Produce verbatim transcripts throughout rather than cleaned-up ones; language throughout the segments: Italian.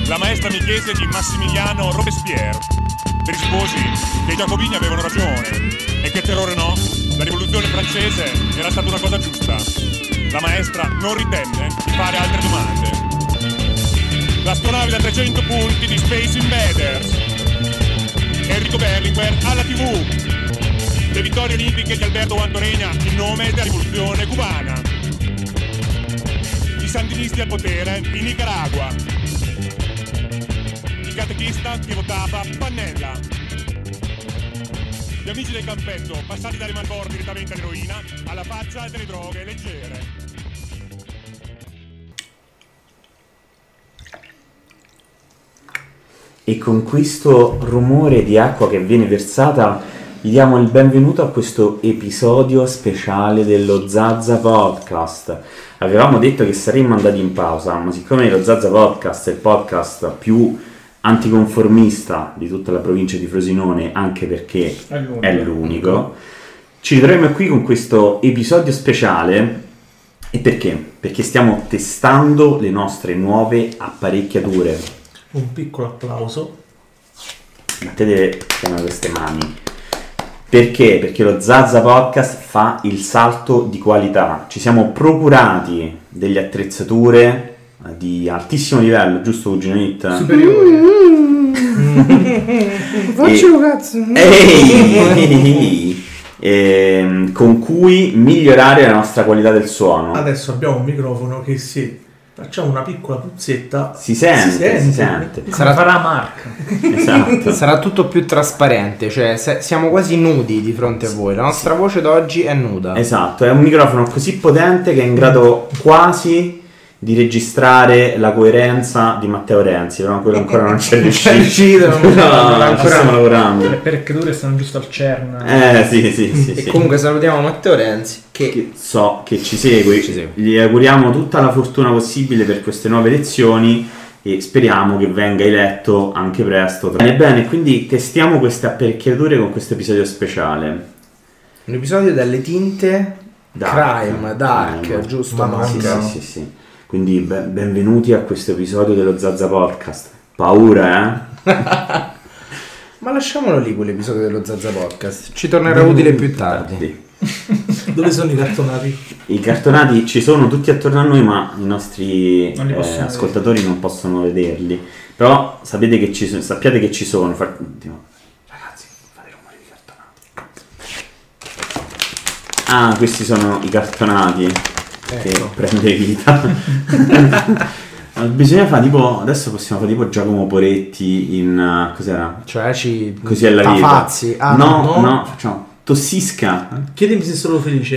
La maestra mi chiese di Massimiliano Robespierre, per i sposi che i giacobini avevano ragione e che terrore no, la rivoluzione francese era stata una cosa giusta. La maestra non ritenne di fare altre domande. L'astronave da trecento punti di Space Invaders. Enrico Berlinguer alla tivù. Le vittorie olimpiche di Alberto Antoregna in nome della rivoluzione cubana. I sandinisti al potere in Nicaragua. Il catechista che votava Pannella. Gli amici del campetto passati dalle manbordi direttamente all'eroina, alla faccia delle droghe leggere. E con questo rumore di acqua che viene versata vi diamo il benvenuto a questo episodio speciale dello Zazza Podcast. Avevamo detto che saremmo andati in pausa, ma siccome lo Zazza Podcast è il podcast più anticonformista di tutta la provincia di Frosinone, anche perché è l'unico, è l'unico ci ritroviamo qui con questo episodio speciale. E perché? Perché stiamo testando le nostre nuove apparecchiature. Un piccolo applauso. Mettete piano queste mani. Perché? Perché lo Zazza Podcast fa il salto di qualità. Ci siamo procurati delle attrezzature di altissimo livello, giusto Cugino It? Superiori. Faccio cazzo. Ehi, ehi, ehi, con cui migliorare la nostra qualità del suono. Adesso abbiamo un microfono che se facciamo una piccola puzzetta si sente, si sente. Si sente. Sarà farà marca. Esatto. Sarà tutto più trasparente, cioè se, siamo quasi nudi di fronte a voi. La nostra voce d'oggi è nuda. Esatto, è un microfono così potente che è in grado quasi di registrare la coerenza di Matteo Renzi, però quello ancora non c'è riuscito. non no, ancora stiamo lavorando. Le apparecchiature stanno giusto al CERN. Eh sì sì sì, E sì. comunque salutiamo Matteo Renzi che, che so che ci segue. ci segue. Gli auguriamo tutta la fortuna possibile per queste nuove lezioni e speriamo che venga eletto anche presto. Bene bene, quindi testiamo queste apparecchiature con questo episodio speciale. un episodio dalle tinte Dark. crime, dark, Crime. giusto? Ma Sì, Manca. sì, sì, sì. Quindi be- benvenuti a questo episodio dello Zazza Podcast. Paura, eh? Ma lasciamolo lì quell'episodio dello Zazza Podcast. Ci tornerà utile più tardi. Dove sono i cartonati? I cartonati ci sono tutti attorno a noi, ma i nostri Non li eh, possono ascoltatori non possono vederli. Però sapete che ci sono, sappiate che ci sono. Fa- Ragazzi, fate rumori di cartonati. Ah, questi sono i cartonati. Che Ecco. prende vita. Bisogna fare tipo, adesso possiamo fare tipo Giacomo Poretti in uh, cos'era? Cioè ci Così è la vita. Tafazzi. Ah, no, no. no, facciamo Tossisca. Chiedimi se sono felice.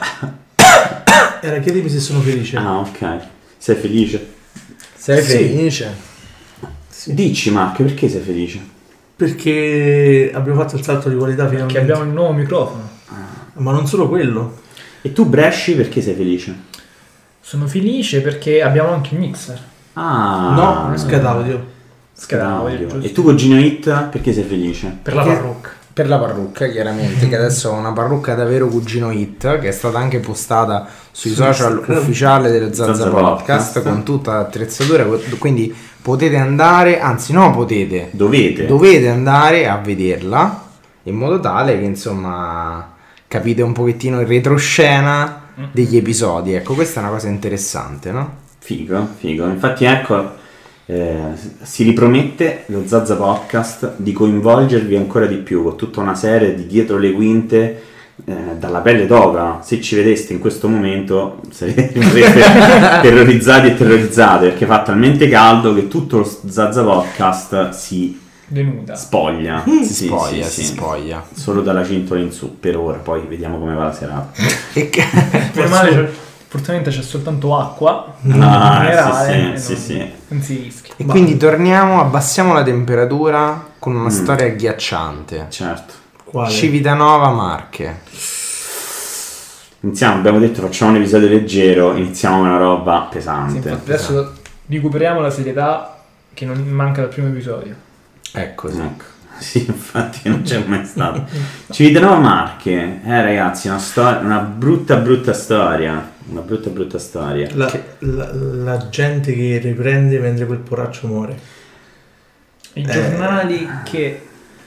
Era chiedimi se sono felice. Ah, ok. Sei felice? sei Sì. felice? Sì. Dici Marco, perché sei felice? Perché abbiamo fatto il salto di qualità finalmente. Che abbiamo il nuovo microfono. Ma non solo quello. E tu Bresci perché sei felice? Sono felice perché abbiamo anche il mixer. Ah, No, scheda audio. Scheda audio, audio. giusto. E tu Cugino It perché sei felice? Per la Perché- parrucca. Per la parrucca, chiaramente, che adesso ho una parrucca davvero Cugino It, che è stata anche postata sui Su social Instagram. ufficiali dello Zazza, Zazza Podcast, Podcast. con tutta l'attrezzatura, quindi potete andare, anzi no potete, Dovete. dovete andare a vederla, in modo tale che insomma capite un pochettino il retroscena degli episodi. Ecco, questa è una cosa interessante, no? Figo, figo. Infatti ecco, eh, si ripromette lo Zazza Podcast di coinvolgervi ancora di più con tutta una serie di dietro le quinte, eh, dalla pelle d'oca. Se ci vedeste in questo momento sarete terrorizzati e terrorizzate, perché fa talmente caldo che tutto lo Zazza Podcast si Denuda. spoglia. Si Sì, spoglia, sì, si sì. spoglia. Solo dalla cintola in su per ora, poi vediamo come va la serata. E che- Per male c'è- fortunatamente c'è soltanto acqua. Ah, minerale, sì, e sì, non, sì. non si rischia. e quindi torniamo, abbassiamo la temperatura con una storia agghiacciante. Certo. Quale? Civitanova, Marche. Iniziamo, abbiamo detto facciamo un episodio leggero, iniziamo con una roba Sì, pesante. infatti adesso recuperiamo la serietà che non manca dal primo episodio. Ecco, sì. Ecco. Sì, infatti non c'è mai stato. Civitanova Marche, eh ragazzi, una, storia, una brutta brutta storia, una brutta brutta storia. La, la- la gente che riprende mentre quel poraccio muore. I giornali che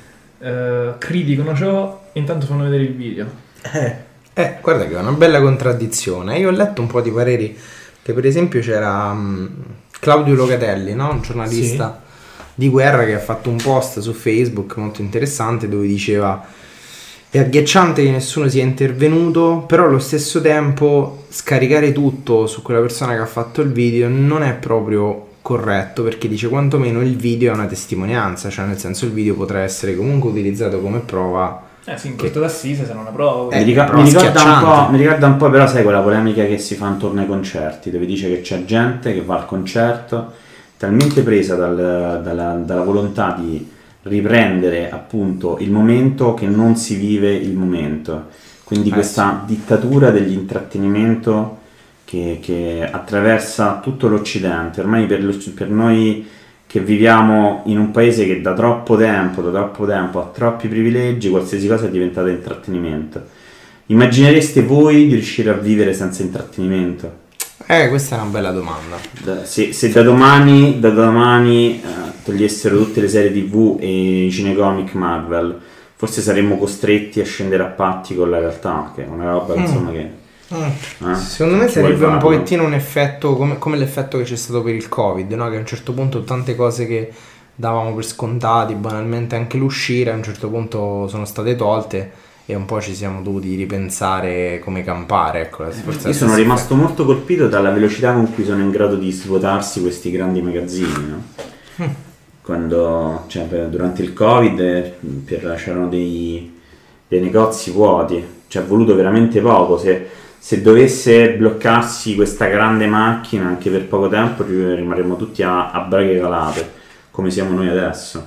eh, criticano ciò e intanto fanno vedere il video. Eh, Eh, guarda che è una bella contraddizione. Io ho letto un po' di pareri, che per esempio c'era um, Claudio Locatelli, no? Un giornalista di guerra che ha fatto un post su Facebook molto interessante dove diceva: è agghiacciante che nessuno sia intervenuto, però allo stesso tempo scaricare tutto su quella persona che ha fatto il video non è proprio corretto, perché dice quantomeno il video è una testimonianza, cioè nel senso il video potrà essere comunque utilizzato come prova. Eh sì, in corte d'assise se non una prova. Mi, Eh, ricorda, però mi, ricorda un schiacciante. po', mi ricorda un po' però, sai, quella polemica che si fa intorno ai concerti, dove dice che c'è gente che va al concerto talmente presa dal- dalla, dalla volontà di riprendere appunto il momento che non si vive il momento. Quindi Eh, questa dittatura dell'intrattenimento che, che attraversa tutto l'Occidente. Ormai per, lo- per noi che viviamo in un paese che da troppo tempo, da troppo tempo ha troppi privilegi, qualsiasi cosa è diventata intrattenimento. Immaginereste voi di riuscire a vivere senza intrattenimento? Eh, questa è una bella domanda. Da- Se, se da domani, da domani eh, togliessero tutte le serie tv e i cinecomic Marvel, forse saremmo costretti a scendere a patti con la realtà, che è una roba insomma che... eh, Secondo me ci vuole sarebbe un farlo. pochettino un effetto come, come l'effetto che c'è stato per il Covid, no? Che a un certo punto tante cose che davamo per scontati, banalmente anche l'uscire, a un certo punto sono state tolte e un po' ci siamo dovuti ripensare come campare. Ecco, forse Io è sono stesso rimasto molto colpito dalla velocità con cui sono in grado di svuotarsi questi grandi magazzini, no? Quando, cioè, per- durante il Covid eh, per- c'erano dei, dei negozi vuoti, cioè è voluto veramente poco. Se, se dovesse bloccarsi questa grande macchina anche per poco tempo ri- rimarremmo tutti a, a braghe calate, come siamo noi adesso.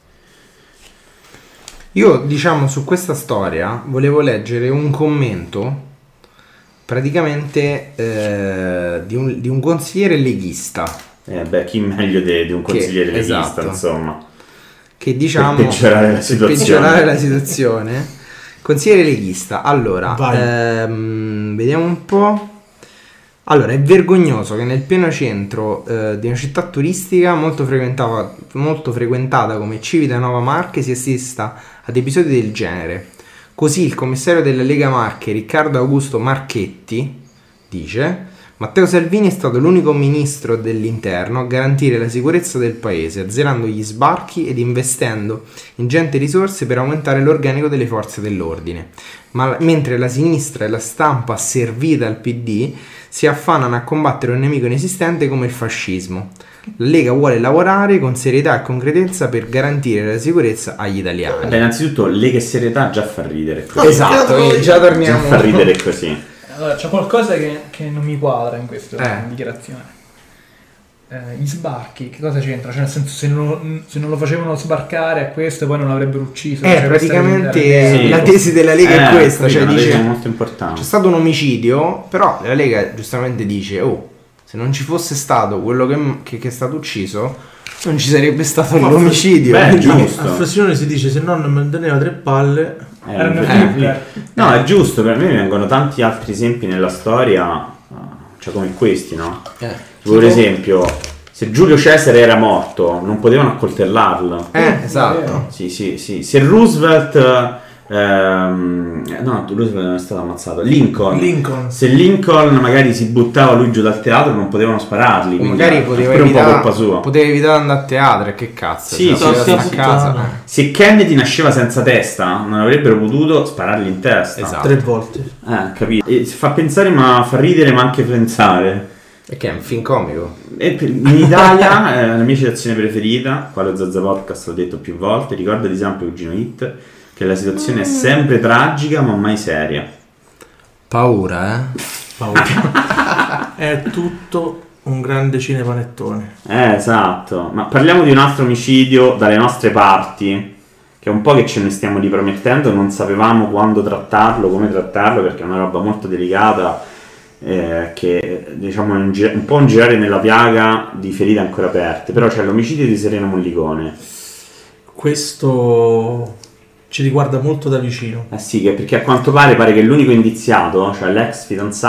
Io, diciamo, su questa storia volevo leggere un commento praticamente eh, di, un, di un consigliere leghista Eh, beh, chi meglio de- di un Che- consigliere leghista, esatto. insomma. che diciamo Per peggiorare la per situazione. peggiorare la situazione. Consigliere leghista, allora Vai. ehm, vediamo un po'. Allora, è vergognoso che nel pieno centro eh, di una città turistica molto frequentata, molto frequentata come Civitanova Marche si assista ad episodi del genere. Così il commissario della Lega Marche, Riccardo Augusto Marchetti, dice: Matteo Salvini è stato l'unico ministro dell'interno a garantire la sicurezza del paese, azzerando gli sbarchi ed investendo ingenti risorse per aumentare l'organico delle forze dell'ordine. Ma mentre la sinistra e la stampa servita al P D si affannano a combattere un nemico inesistente come il fascismo. La Lega vuole lavorare con serietà e concretezza per garantire la sicurezza agli italiani. Beh, innanzitutto, Lega e serietà già fa ridere così. Esatto, e già Già torniamo. fa ridere così. Allora, c'è qualcosa che, che non mi quadra in questa Eh. dichiarazione. Eh, gli sbarchi, che cosa c'entra? Cioè, nel senso, se non, se non lo facevano sbarcare a questo, poi non l'avrebbero ucciso. Eh, Cioè, questa praticamente è Sì, la tesi della Lega eh, è questa, capito, cioè una tesi dice molto importante. c'è stato un omicidio, però la Lega giustamente dice: oh, se non ci fosse stato quello che, che- che è stato ucciso, non ci sarebbe stato Ma l'omicidio. beh, Quindi- giusto. A Frosinone si dice se non mi teneva tre palle. Eh, erano eh, tutte. no, è giusto, per me vengono tanti altri esempi nella storia, eh, cioè come questi, no? Eh, Per esempio, se Giulio Cesare era morto, non potevano accoltellarlo. eh, esatto. Sì, sì, sì. Se Roosevelt... ehm, no, Roosevelt non è stato ammazzato. Lincoln. Lincoln. Se Lincoln magari si buttava lui giù dal teatro, non potevano spararli. O quindi magari è poteva pure un po' evitare, colpa sua. poteva evitare di andare a teatro, e che cazzo. Sì, se sì, poteva sì, stare sì, a casa. sì. eh. Se Kennedy nasceva senza testa, non avrebbero potuto spararli in testa. Esatto. Tre volte. Eh, capito. E fa pensare, ma fa ridere, ma anche pensare. Perché è un film comico. E per- in Italia, eh, la mia citazione preferita, qua lo Zazza Podcast l'ho detto più volte, ricordati sempre Cugino Hit, che la situazione è sempre tragica ma mai seria. Paura, eh? Paura. È tutto un grande cinepanettone. Eh, esatto. Ma parliamo di un altro omicidio dalle nostre parti, che è un po' che ce ne stiamo ripromettendo, non sapevamo quando trattarlo, come trattarlo, perché è una roba molto delicata, eh, che diciamo è un, gi- un po' un girare nella piaga di ferite ancora aperte. Però c'è l'omicidio di Serena Mollicone. Questo ci riguarda molto da vicino. Eh sì, che perché a quanto pare pare che l'unico indiziato, cioè l'ex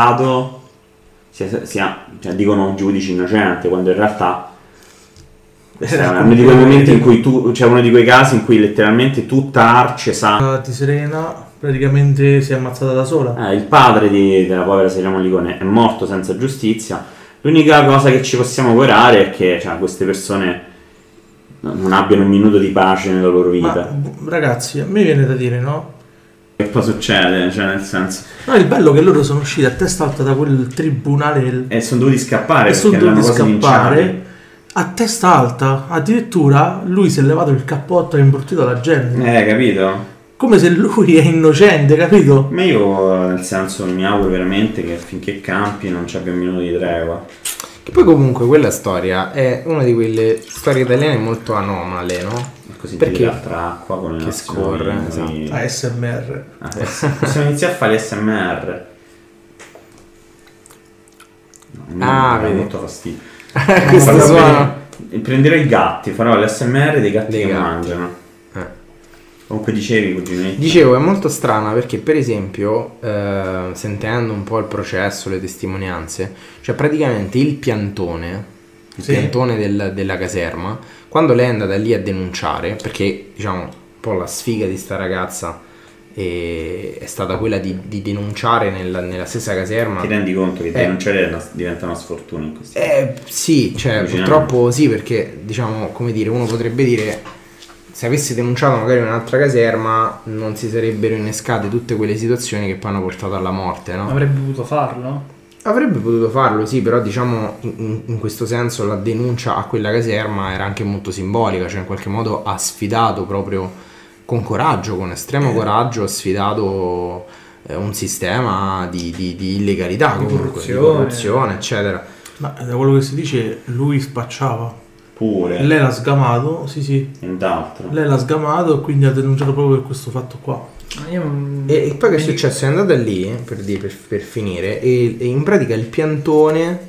fidanzato, sia, sia cioè dicono giudici innocente, quando in realtà Questo è uno di quei momenti in cui tu, cioè uno di quei casi in cui letteralmente tutta Arce sa. La di Serena praticamente si è ammazzata da sola. Eh, il padre di, della povera Serena Mollicone è morto senza giustizia. L'unica cosa che ci possiamo augurare è che cioè, queste persone non abbiano un minuto di pace nella loro vita. Ma ragazzi, a me viene da dire, no? Che poi succede? Cioè, nel senso. No, il bello è che loro sono usciti a testa alta da quel tribunale E sono dovuti scappare e perché sono dovuti erano quasi scappare linciati. a testa alta. Addirittura lui si è levato il cappotto e ha imbruttito la gente. Eh, capito? Come se lui è innocente, capito? Ma io, nel senso, mi auguro veramente che finché campi non ci abbia un minuto di tregua. Che poi comunque quella storia è una di quelle storie italiane molto anomale, no? Così Perché? l'altra acqua con le Che nazioni, scorre, noi- A S M R. Ah, adesso possiamo iniziare a fare l'S M R. No, mi Ah, dà vedi. molto fastidio. Questo Farò suono. bene- Prenderò i gatti, farò l'S M R dei gatti Dei che gatti. mangiano. Eh. Comunque dicevi, cuginetto. Dicevo, è molto strana perché per esempio, eh, sentendo un po' il processo, le testimonianze, cioè praticamente il piantone, il Sì. piantone del- della caserma, quando lei è andata lì a denunciare, perché diciamo un po' la sfiga di sta ragazza eh, è stata quella di, di denunciare nella, nella stessa caserma. Ti rendi conto che Eh. denunciare è una- diventa una sfortuna in questi Eh sì, cioè Vicino. purtroppo sì, perché diciamo, come dire, uno potrebbe dire se avessi denunciato magari un'altra caserma non si sarebbero innescate tutte quelle situazioni che poi hanno portato alla morte, no? Avrebbe potuto farlo. Avrebbe potuto farlo, sì, però diciamo in, in- in questo senso la denuncia a quella caserma era anche molto simbolica, cioè in qualche modo ha sfidato proprio con coraggio, con estremo coraggio, ha sfidato eh, un sistema di, di- di illegalità, Di comunque, corruzione. di corruzione, eccetera. Ma da quello che si dice, lui spacciava. pure. Lei l'ha sgamato, sì sì. E d'altro. Lei l'ha sgamato e quindi ha denunciato proprio per questo fatto qua. Ma io non- E, e poi che è successo? È andata lì, per, dire- per- per finire, e, e in pratica il piantone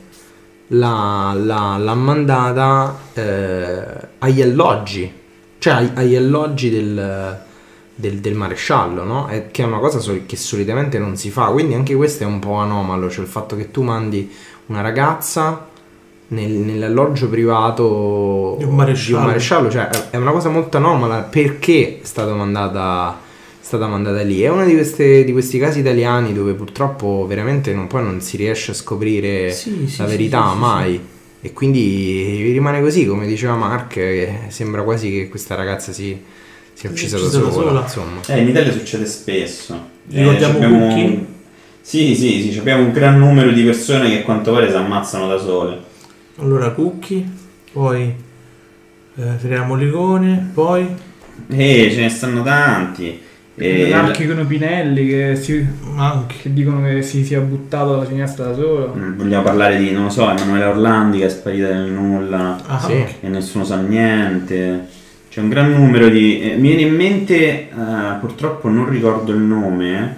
l'ha, l'ha- l'ha mandata eh, agli alloggi, cioè ai- agli alloggi del, del- del maresciallo, no? È- che è una cosa sol- che solitamente non si fa, quindi anche questo è un po' anomalo, cioè il fatto che tu mandi una ragazza nel- nell'alloggio privato Di un maresciallo. di un maresciallo, cioè è- è una cosa molto anomala perché è stata mandata è stata mandata lì. È uno di, queste, di questi casi italiani dove purtroppo veramente non, poi non si riesce a scoprire Sì, sì, la sì, verità sì, sì, mai. E quindi rimane così, come diceva Mark, che sembra quasi che questa ragazza si sia uccisa, uccisa da da sola, sola. insomma. Eh, in Italia succede spesso. Ricordiamo Eh, abbiamo- Cucchi? Sì, sì, sì, abbiamo un gran numero di persone che a quanto pare si ammazzano da sole. Allora Cucchi, poi eh, Serena Mollicone, poi Eh, ce ne stanno tanti. E Anarchi con Pinelli che, si, anche che dicono che si sia buttato dalla finestra da solo. Mm, vogliamo parlare di, non lo so, Emanuele Orlandi che è sparita nel nulla ah, Sì. anche. e nessuno sa niente. C'è un gran numero di... eh, mi viene in mente, eh, purtroppo non ricordo il nome,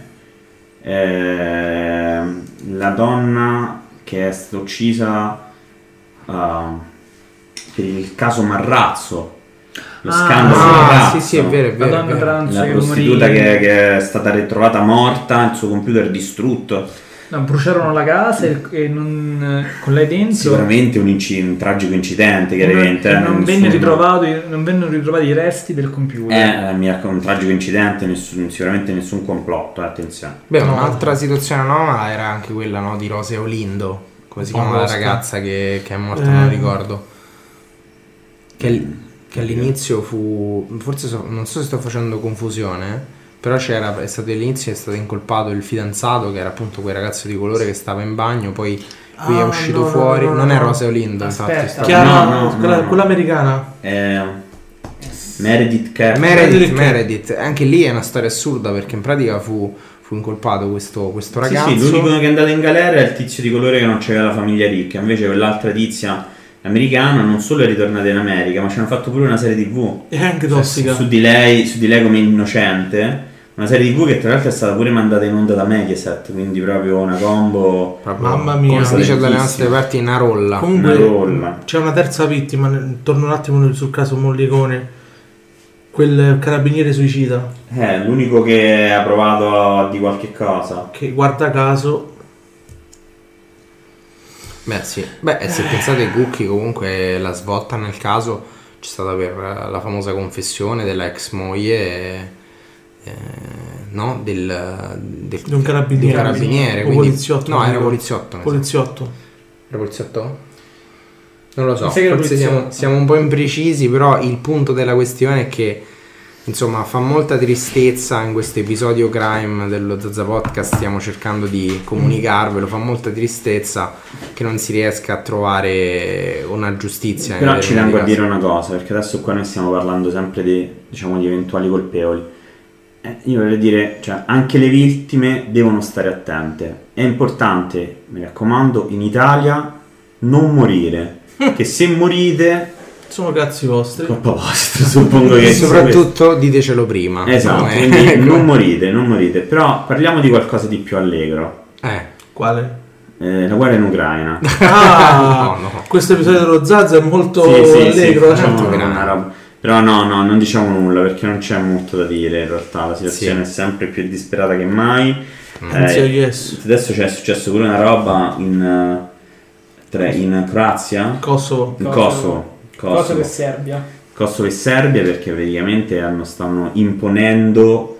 eh, la donna che è stata uccisa eh, per il caso Marrazzo. Lo Ah, scandalo Ah, Marrazzo. sì, sì, è vero, è La vero. è donna vero. trans La che prostituta morì. che, che è stata ritrovata morta, il suo computer distrutto. No, bruciarono la casa e, e non, con lei dentro. Sicuramente un, inci- un tragico incidente, non, chiaramente. e eh, non, nessuno- venne ritrovato, non vennero ritrovati i resti del computer. Eh, eh, mi raccomando, un tragico incidente, nessun- sicuramente nessun complotto, eh, attenzione. Beh, No. un'altra situazione anomala era anche quella, no, di Rose Olindo, come si chiama la Oscar. ragazza che, che è morta, Eh. non ricordo. Che, al- che all'inizio fu, forse so- non so se sto facendo confusione, però c'era, è stato all'inizio è stato incolpato il fidanzato che era appunto quel ragazzo di colore che stava in bagno, poi qui è Ah, uscito no, no, fuori, no, no, non è no. Rose Olindo, Aspetta. infatti. Chiara, No, no, quella, no. quella americana. Eh, Meredith Kerr. Meredith, Meredith. Meredith, anche lì è una storia assurda perché in pratica fu, fu incolpato questo, questo Sì, ragazzo. sì, l'unico che è andato in galera è il tizio di colore che non c'era la famiglia ricca, invece quell'altra tizia americana non solo è ritornata in America, ma ci hanno fatto pure una serie tv È anche tossica. su di lei, su di lei come innocente. Una serie tv che tra l'altro è stata pure mandata in onda da Mediaset, quindi proprio una combo. Proprio, Mamma mia. come si dice dalle Tantissimo. nostre parti, una rolla. Comunque Una rolla. c'è una terza vittima, ne- torno un attimo sul caso Mollicone, quel carabiniere suicida Eh, l'unico che ha provato di qualche cosa. che guarda caso Beh sì, beh e se pensate ai Cucchi comunque la svolta nel caso c'è stata per la famosa confessione della ex moglie, eh, no? Del, del, Di un carabiniere. di un carabiniere O quindi, poliziotto, no, non era ricordo. poliziotto. mi sa. Poliziotto. Era poliziotto? Non lo so, Mi sa che era forse siamo, poliziotto. siamo un po' imprecisi, però il punto della questione è che insomma fa molta tristezza in questo episodio crime dello Zazza Podcast, stiamo cercando di comunicarvelo, fa molta tristezza che non si riesca a trovare una giustizia. Però nei ci tengo a casi. dire una cosa, perché adesso qua noi stiamo parlando sempre di, diciamo, di eventuali colpevoli. Eh, io voglio dire, cioè, anche le vittime devono stare attente. È importante, mi raccomando, in Italia non morire, che se morite Sono cazzi vostri. colpa vostra, suppongo E che soprattutto ditecelo prima. esatto, come- quindi non morite, non morite. Però parliamo di qualcosa di più allegro. eh. Quale? Eh, la guerra in Ucraina. Ah, No, no. questo episodio dello Zazza è molto Sì, sì, sì, allegro. eh. facciamo molto una grande. roba. Però no, no, non diciamo nulla perché non c'è molto da dire in realtà, la situazione Sì. è sempre più disperata che mai. Anzi, Eh, yes. adesso c'è successo pure una roba in, eh, tre- in Croazia, Kosovo. in Kosovo. Kosovo, Cosa Kosovo, per Serbia. Kosovo e Serbia, perché praticamente hanno, stanno imponendo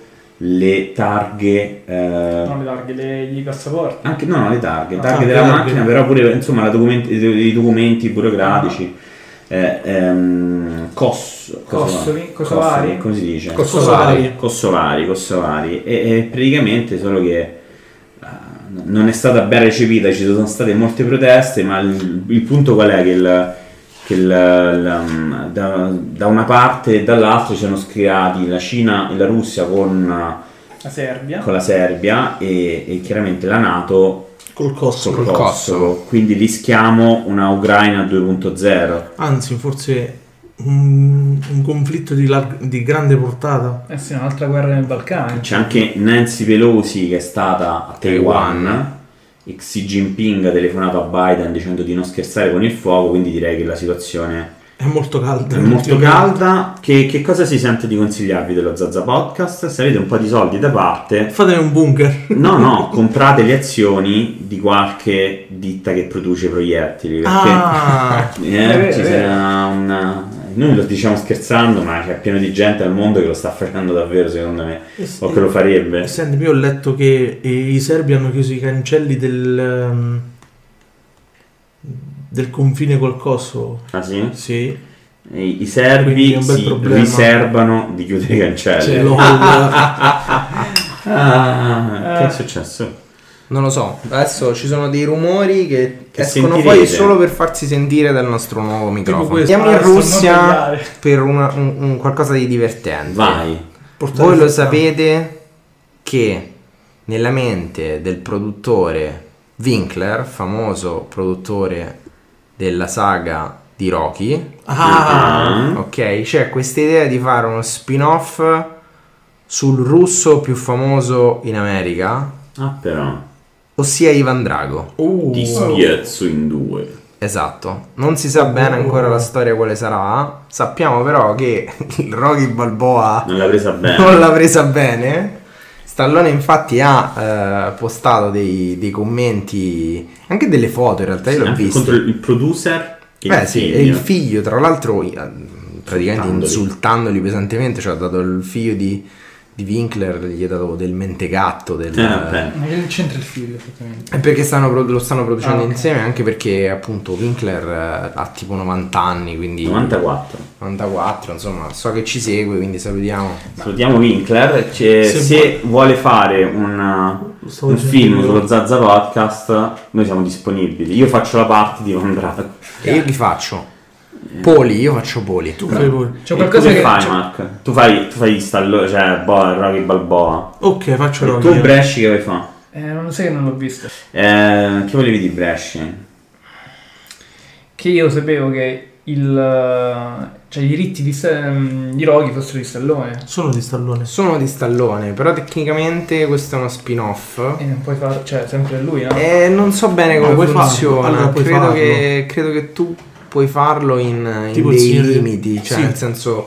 le targhe, eh, Non le targhe, le, gli passaporti. anche no, no, le targhe, Ah, targhe le della targhe. macchina, però pure insomma la documenti- i documenti burocratici. Eh, ehm, Kos- Kosovi, Kosovo- kosovari. come si dice? Kosovari. Kosovari, Kosovari e, e praticamente solo che eh, non è stata ben recepita, ci sono state molte proteste, ma il, il punto qual è? Che, il, che il, la- da, da una parte e dall'altra ci sono scriati la Cina e la Russia con, La Serbia. con la Serbia e, e chiaramente la NATO Col Kosovo. col Col Kosovo. Kosovo. Quindi rischiamo una Ucraina due punto zero. Anzi, forse un, un conflitto di, lar- di grande portata. Eh sì, un'altra guerra nei Balcani. C'è anche Nancy Pelosi che è stata a Taiwan, Taiwan. e Xi Jinping ha telefonato a Biden dicendo di non scherzare con il fuoco, quindi direi che la situazione È molto calda. è molto calda. Che, che cosa si sente di consigliarvi dello Zazza Podcast? Se avete un po' di soldi da parte, Fatemi un bunker. no no, comprate le azioni di qualche ditta che produce proiettili, perché Ah, eh, È vero, ci è vero. sarà una... Noi lo diciamo scherzando, ma c'è pieno di gente al mondo che lo sta facendo davvero, secondo me, o che lo farebbe. senti, io ho letto che eh, i serbi hanno chiuso i cancelli del, ehm, del confine col Kosovo. Ah sì? Sì. I, i Quindi serbi è un bel si problema. riservano di chiudere i cancelli. C'è l'O- Ah, che Eh. è successo? Non lo so, adesso ci sono dei rumori che, Che escono sentirete. fuori solo per farsi sentire dal nostro nuovo microfono. questo. Andiamo in Basta, non Russia tagliare. per una- un, un qualcosa di divertente. Vai. portare Voi lo fortuna. sapete che nella mente del produttore Winkler, famoso produttore della saga di Rocky, Ah, ok, c'è questa idea di fare uno spin-off sul russo più famoso in America, Ah però, ossia Ivan Drago. uh, ti spiezzo in due. Esatto, non si sa bene ancora la storia quale sarà, sappiamo però che il Rocky Balboa Non l'ha presa bene. non l'ha presa bene. Stallone infatti ha eh, postato dei, dei commenti, anche delle foto in realtà, io l'ho Anche visto. contro il, il producer e Beh il sì, figlio. e il figlio, tra l'altro, eh, praticamente Insultandoli. insultandoli pesantemente, cioè ha dato il figlio di, di Winkler, gli ha dato del mentecato, del... Eh, vabbè. Ma che c'entra il figlio, effettivamente? È perché stanno pro- lo stanno producendo Ah, ok. insieme, anche perché appunto Winkler eh, ha tipo novanta anni, quindi novantaquattro. novantaquattro, insomma, so che ci segue, quindi salutiamo. Salutiamo Winkler. C'è- Se se vuole fare un, Lo stavo un dicendo film io. sullo Zazza Podcast, noi siamo disponibili. Io faccio la parte di Van Drago. E io li faccio? Poli, io faccio Poli. tu fai pure. C'è E qualcosa come che... fai, c'è- Mark? Tu fai, tu fai Stallone, cioè boh, Rocky Balboa. Ok, faccio E Rocky. tu Bresci che vuoi fare? Eh, non lo sai che non l'ho visto. Eh, che volevi di Bresci? Che io sapevo che il... cioè i diritti di, Sta- di Rocky fossero di Stallone. Sono di Stallone. Sono di Stallone, però tecnicamente questo è uno spin-off. E non puoi fare... cioè sempre lui, no? E non so bene Ma come puoi farlo, funziona. allora puoi credo, farlo. che, credo che tu puoi farlo in, in Tipo il dei signore- limiti, cioè sì. nel senso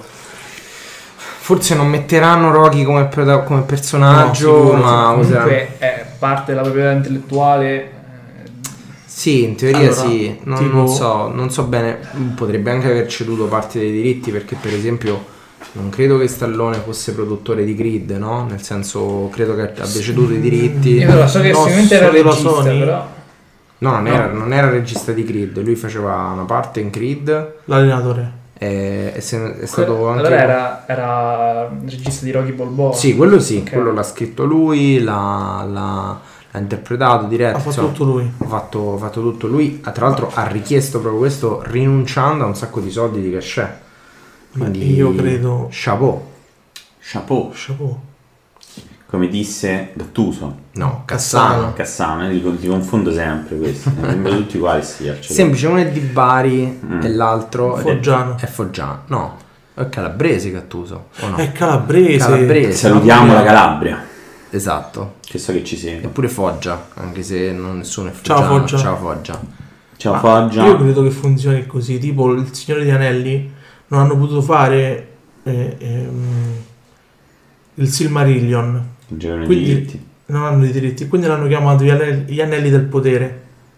forse non metteranno Rocky come, prota- come personaggio, No, sicuro, ma useranno... Comunque è parte della proprietà intellettuale. eh, Sì, in teoria Allora, sì, non, tipo- non so, non so bene, potrebbe anche aver ceduto parte dei diritti perché per esempio non credo che Stallone fosse produttore di Creed, no? Nel senso, credo che abbia ceduto i diritti. Io però so che No, sicuramente era solo la regista, Sony? però... No, non era, non era regista di Creed, lui faceva una parte in Creed L'allenatore. e, e se- è stato Que- anche... Allora era, era regista di Rocky Balboa. Sì, quello sì, Ok. quello l'ha scritto lui, l'ha, l'ha- l'ha interpretato, diretto. Ha fatto insomma, tutto lui. ha fatto, ha fatto tutto lui. Ah, tra l'altro ha richiesto proprio questo rinunciando a un sacco di soldi di cachet. Ma Quindi io credo... chapeau. Chapeau, Chapeau. come disse Gattuso. No, Cassano. Cassano, io li, li confondo sempre questi, mi sembrano tutti uguali sti al Semplice, uno è di Bari Mm. e l'altro Foggiano. è, è Foggiano. No, è calabrese Gattuso. O no? È calabrese. Calabrese. Salutiamo la Calabria, Esatto. che so che ci segue. Eppure Foggia, anche se non nessuno è Ciao, foggiano. Foggia. Ciao Foggia. Ciao Ma Foggia. Io credo che funzioni così. Tipo il Signore degli Anelli non hanno potuto fare eh, ehm, il Silmarillion. Il giorno di Quindi diritti. non hanno i diritti. Quindi l'hanno chiamato gli anelli, gli anelli del potere.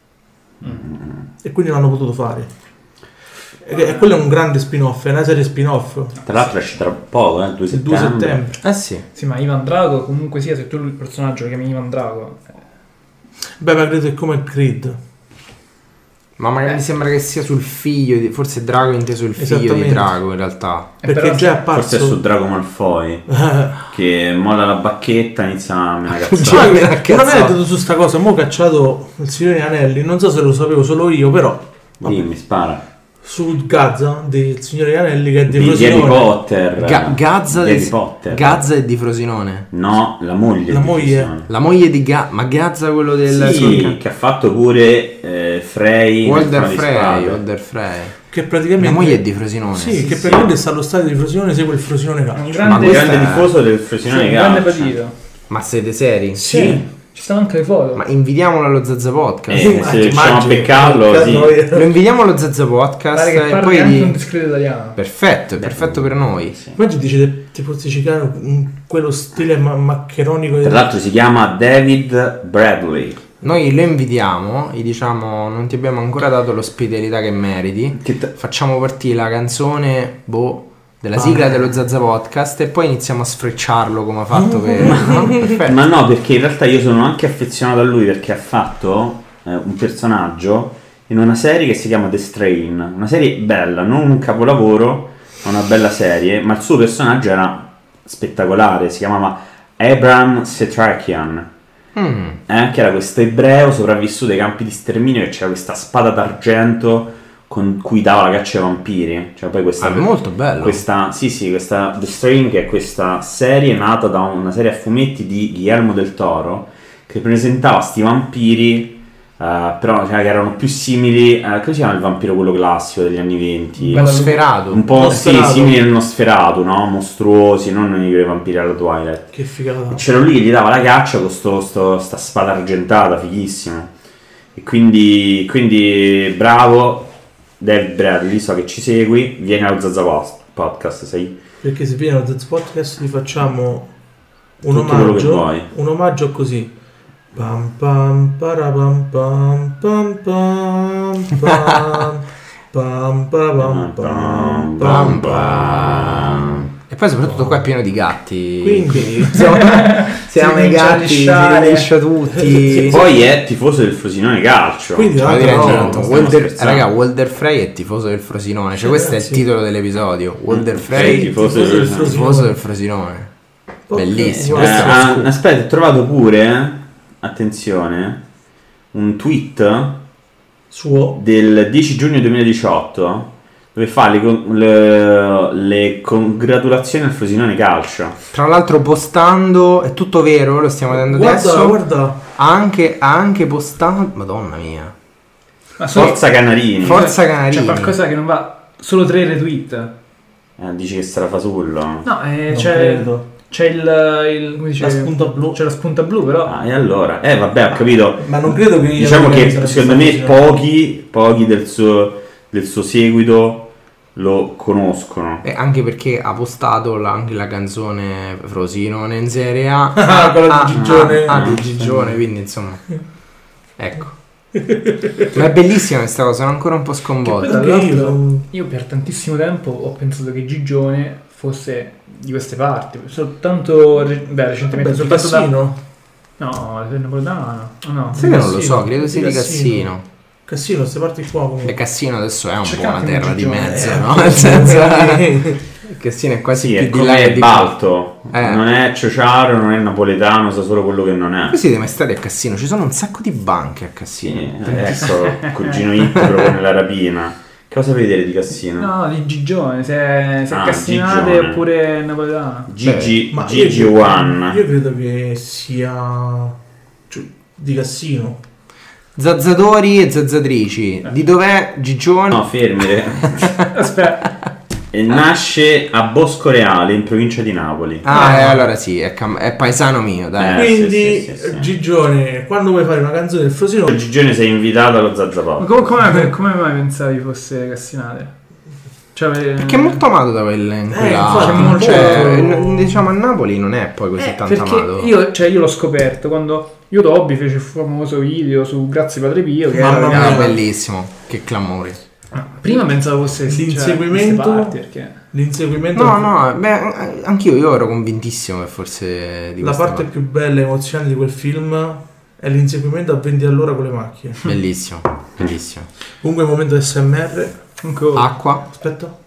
E quindi l'hanno potuto fare. E, e quello è un grande spin-off. È una serie spin-off. Tra l'altro esce tra poco, eh, il due Il due settembre. settembre. Eh sì. Sì, ma Ivan Drago comunque sia, se tu il personaggio lo chiami Ivan Drago... eh, Beh, ma credo che come Creed. Ma magari Eh. mi sembra che sia sul figlio di... Forse Drago è inteso il figlio di Esattamente. Drago in realtà. eh, Perché però- già è Forse è su apparso. Drago Malfoy, che molla la bacchetta e inizia a me Cioè, cazzare. me la un cazzo. aneddoto su sta cosa. Mo' ho cacciato il Signore degli Anelli. Non so se lo sapevo solo io, però. vabbè, Dimmi, spara. su Gaza del Signore degli Anelli, che è di Di, di Harry Frosinone. Potter. Ga- Gazza di di- Harry Potter. Gazza è di Frosinone. No, la moglie. La di moglie. Frosinone. La moglie di Gazza. Ma Gazza quello del... Sì, che ha fatto pure eh, Frey. nel Walder Trono di Frey. Spade. Walder Frey. Che praticamente. La moglie è di Frosinone. Sì, che sì. praticamente sta allo stadio di Frosinone, segue il Frosinone È Calcio. un Ma grande, questa grande è- tifoso del sì, Frosinone un grande Calcio. partito. Ma siete seri? Sì. Ci stanno anche le foto. Ma invitiamolo allo Zazza Podcast. Eh, se riusciamo a beccarlo, sì. Lo invitiamo allo Zazza Podcast Pare che e parli poi anche di- un discreto italiano. Perfetto, è perfetto per noi. Sì. Immagini dice tipo siciliano, in quello stile ma- maccheronico. Tra l'altro si chiama David Bradley. Noi lo invitiamo, gli diciamo non ti abbiamo ancora dato l'ospitalità che meriti. Che t- Facciamo partire la canzone, boh, della Ah. sigla dello Zazza Podcast e poi iniziamo a sfrecciarlo come ha fatto per... no? Perfetto. Ma no, perché in realtà io sono anche affezionato a lui perché ha fatto eh, un personaggio in una serie che si chiama The Strain. Una serie bella, non un capolavoro, ma una bella serie. Ma il suo personaggio era spettacolare, si chiamava Abraham Setrakian. Mm. Eh, che era questo ebreo sopravvissuto ai campi di sterminio che c'era questa spada d'argento con cui dava la caccia ai vampiri. Cioè poi questa, Ah, molto bello. questa, sì, sì, questa The Strain, che è questa serie nata da una serie a fumetti di Guillermo del Toro che presentava sti vampiri, eh, però cioè, che erano più simili, eh, come si chiama il vampiro quello classico degli anni venti? Bello. Sferato. Un po' sì, Nosferatu. simili al Nosferatu, no? Mostruosi, non i vampiri alla Twilight. Che figata. C'era lui che gli dava la caccia con sto, sto- sta spada argentata, fighissimo. E quindi, quindi bravo David Bradley, so che ci segui, vieni allo Zazza Post- Podcast, sei Perché se viene allo Zaz Podcast gli facciamo un Tutto quello che omaggio. vuoi. Un omaggio così. Pam pam parapam pam pam pam pam pam parapam pam pam pam. E poi soprattutto qua è pieno di gatti. Quindi siamo, siamo i comincia a gatti, si lisciare. liscia tutti. Poi è tifoso del Frosinone Calcio. Quindi Ma no, direi, no, certo, stiamo Walder, scherzando. raga, Walder Frey è tifoso del Frosinone. Cioè, questo è il Ragazzi. titolo dell'episodio. Walder Frey, Frey, tifoso tifoso del del Frosinone. tifoso del Frosinone. Bellissimo. Eh, Questo è uno ah, scoop. aspetta, ho trovato pure, eh, attenzione, un tweet suo. del dieci giugno duemiladiciotto dove fa le, con- le- le congratulazioni al Frosinone Calcio. Tra l'altro postando, è tutto vero, lo stiamo vedendo Guarda, adesso. guarda. Ha anche, ha anche postato, madonna mia. Ma solo- Forza Canarini. Forza c'è Canarini. qualcosa che non va. Solo tre retweet. Eh, dici che sarà fasullo. No, eh, Non c'è, credo. c'è il, il come dice, La spunta blu. C'è la spunta blu, però. Ah, e allora? Eh vabbè, ho capito. Ma non credo che Diciamo che sarebbe secondo me stato pochi, pochi del suo, del suo seguito lo conoscono. E anche perché ha postato la- anche la canzone Frosinone in Serie A. Ah, quella di Gigione. Ah, ah, di Gigione, quindi insomma. Ecco. Ma è bellissima questa cosa, sono ancora un po' sconvolto. Tra l'altro, Io per tantissimo tempo ho pensato che Gigione fosse di queste parti, soltanto re- beh, recentemente beh, soltanto da... Cassino. No, è napoletano. No. Sai che non lo Cassino. so, credo sia di Di Cassino. Cassino, queste parti qua comunque. Beh, Cassino adesso è un C'è po' una anche terra un di Gigione, mezzo, Eh, no? Nel senso, eh, Cassino è quasi Sì, più è di là che come di qua. Balto, Eh. non è ciociaro, non è napoletano, sa solo quello che non è. Voi siete mai stati a Cassino? Ci sono un sacco di banche a Sì, Cassino. ecco, cugino Itto propone la rapina. Che cosa vedere di Cassino? No, di Gigione, se, se Ah, Cassinate Gigione. oppure napoletano. Gigi, ma io Gigi credo- One. Io credo che sia cioè, di Cassino. Zazzatori e zazzatrici. Di dov'è Gigione? No, fermere. Aspetta, E nasce a Bosco Reale, in provincia di Napoli. Ah, eh, allora sì, è, cam- è paesano mio, dai. Eh, Quindi, sì, sì, sì, sì. Gigione, quando vuoi fare una canzone del Frosinone, Gigione sei invitato allo ma Zazzapop. come, come, come mai pensavi fosse Cassinate? Cioè, Perché è molto amato da quel in quella. infatti, molto- cioè, n- diciamo a Napoli non è poi così Eh, tanto perché amato. io, cioè, io l'ho scoperto quando Yotobi fece il famoso video su Grazie Padre Pio che Mamma era- Ah, mia. bellissimo, che clamore. prima pensavo fosse sì, cioè, L'inseguimento- queste parti, perché l'inseguimento, No, no, beh, anch'io io ero convintissimo che forse di la questa parte più bella e emozionante di quel film è l'inseguimento a venti all'ora con le macchine. Bellissimo, bellissimo. Comunque momento S M R. ancora Acqua. Aspetta.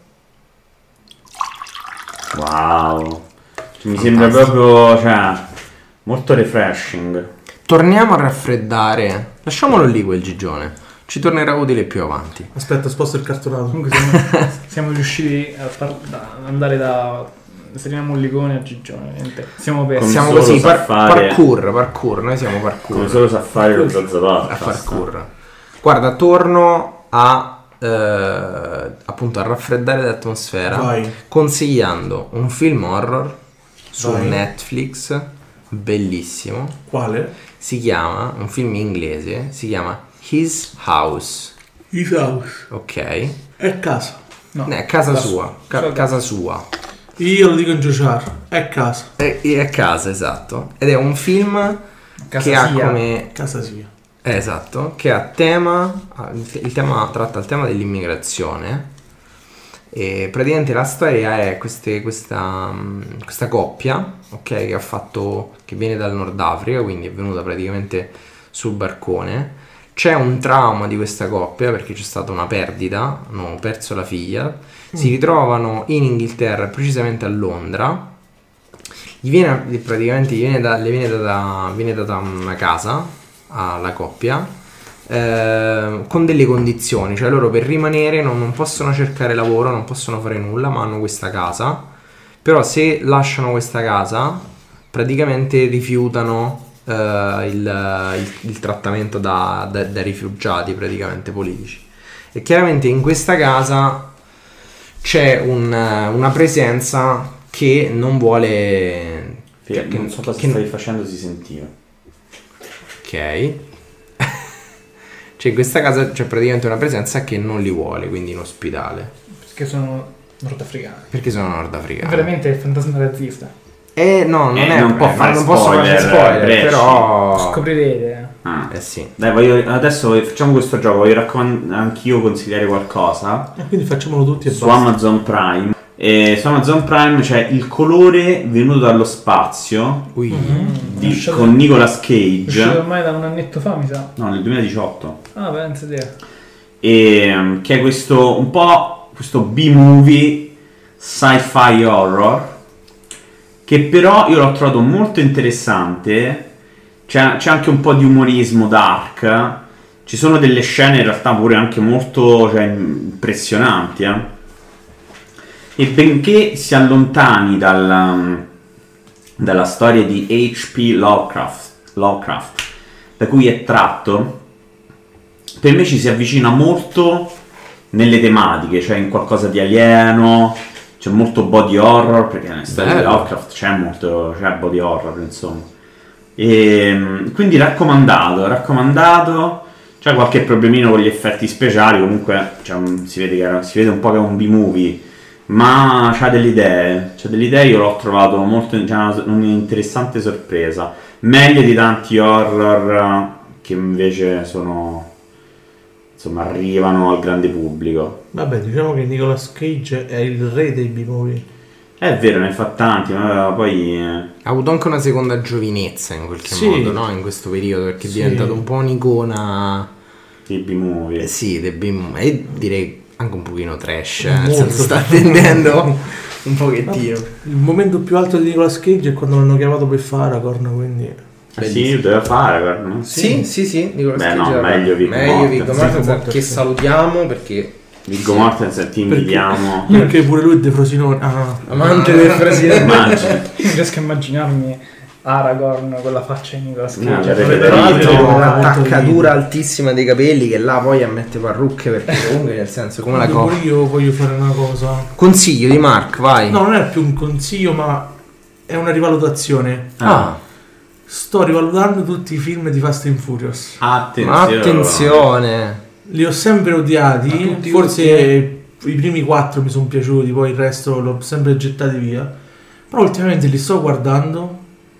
Wow. Mi sembra proprio, cioè, molto refreshing. Torniamo a raffreddare. Lasciamolo lì quel Gigione. Ci tornerà utile più avanti. Aspetta, sposto il cartonato. comunque siamo, siamo riusciti a far- ad andare da Serena Mollicone a Gigione, niente. Siamo persi. Come Siamo solo così, sa par- fare- parkour, parkour, noi siamo parkour. Come solo sa fare lo Zazzapop. a parkour. Guarda, torno a eh, appunto a raffreddare l'atmosfera Vai. consigliando un film horror su Vai. Netflix bellissimo. Quale? Si chiama, un film inglese, si chiama His House. His House. Ok? È casa. No. Eh, casa La sua, ca- sua casa sua. Io lo dico in Giociar. È casa. È, è casa, esatto. Ed è un film Casa che ha sia. come Casa sia. Eh, esatto, che ha tema, ha- il tema tratta il tema dell'immigrazione e praticamente la storia è queste- questa, mh, questa coppia, ok, che ha fatto, che viene dal Nord Africa, quindi è venuta praticamente sul barcone. C'è un trauma di questa coppia perché c'è stata una perdita, hanno perso la figlia, si ritrovano in Inghilterra, precisamente a Londra. Gli viene praticamente gli viene, da, le viene data, viene data una casa alla coppia eh, con delle condizioni, cioè loro per rimanere non, non possono cercare lavoro, non possono fare nulla, ma hanno questa casa. Però se lasciano questa casa praticamente rifiutano eh, il, il- il trattamento da, da- da rifugiati praticamente politici. E chiaramente in questa casa c'è un- una presenza che non vuole Che, che- non so cosa che- stavi facendo, si sentiva. Ok. Cioè in questa casa c'è praticamente una presenza che non li vuole, quindi in ospedale. Perché sono nordafricani. Perché sono nordafricani. Veramente il fantasma razzista. Eh no, non Eh, è non può fare non posso fare spoiler, spoiler, Bresci. però Scoprirete. Ah. eh sì. Dai, voglio, adesso facciamo questo gioco, voglio raccomand- anch'io consigliare qualcosa E quindi facciamolo tutti e su basta. Amazon Prime. E su Amazon Prime c'è Il colore venuto dallo spazio Ui. di- Uscito- con Nicolas Uscito Cage. ormai da un annetto fa, mi sa. No, nel duemiladiciotto. Ah, pensa te. E, um, che è questo un po' questo B-movie sci-fi horror che però io l'ho trovato molto interessante. C'è, c'è anche un po' di umorismo dark, ci sono delle scene in realtà pure anche molto, cioè, impressionanti, eh. E benché si allontani dalla, dalla storia di H P Lovecraft, Lovecraft da cui è tratto, per me ci si avvicina molto nelle tematiche, cioè in qualcosa di alieno, c'è molto body horror, perché nella storia di Bello. Lovecraft c'è molto, c'è body horror, insomma. E quindi raccomandato, raccomandato. C'è qualche problemino con gli effetti speciali, comunque c'è un- si, vede che, si vede un po' che è un B-movie, ma c'ha delle idee, c'ha delle idee, io l'ho trovato molto, c'è una- un'interessante sorpresa, meglio di tanti horror che invece sono insomma arrivano al grande pubblico. Vabbè, diciamo che Nicolas Cage è il re dei B-movie. È vero, ne fa tanti, ma poi... eh, Ha avuto anche una seconda giovinezza in qualche Sì. modo, no? In questo periodo, perché è Sì. diventato un po' un'icona. i B-movie. Eh sì, dei B- e direi anche un pochino trash, eh, nel Molto. senso sta tendendo un pochettino. Il momento più alto di Nicolas Cage è quando l'hanno chiamato per fare Aragorn, quindi... Eh sì, doveva fare, guarda, no? Sì, sì, sì, Nicolas Beh, Cage no, era- meglio Viggo meglio Mortensen. Viggo Mortensen, Mortensen, che sì. salutiamo perché Viggo Mortensen, ti Perché- invitiamo. Perché pure lui è De Frosinone. Ah, amante del presidente. Immagini. Non riesco a immaginarmi Aragorn con la faccia di Nicolas No, Cage. l'avete Tra l'altro Capito. una Molto attaccatura altissima dei capelli che là poi ammette parrucche perché comunque nel senso come la pure cosa. io voglio fare una cosa. Consiglio di Mark, vai. No, non è più un consiglio, ma è una rivalutazione. Ah, Sto rivalutando tutti i film di Fast and Furious. ma Attenzione. attenzione. Li ho sempre Ma odiati. tutti, Forse i primi quattro mi sono piaciuti, poi il resto l'ho sempre gettati via. Però ultimamente li sto guardando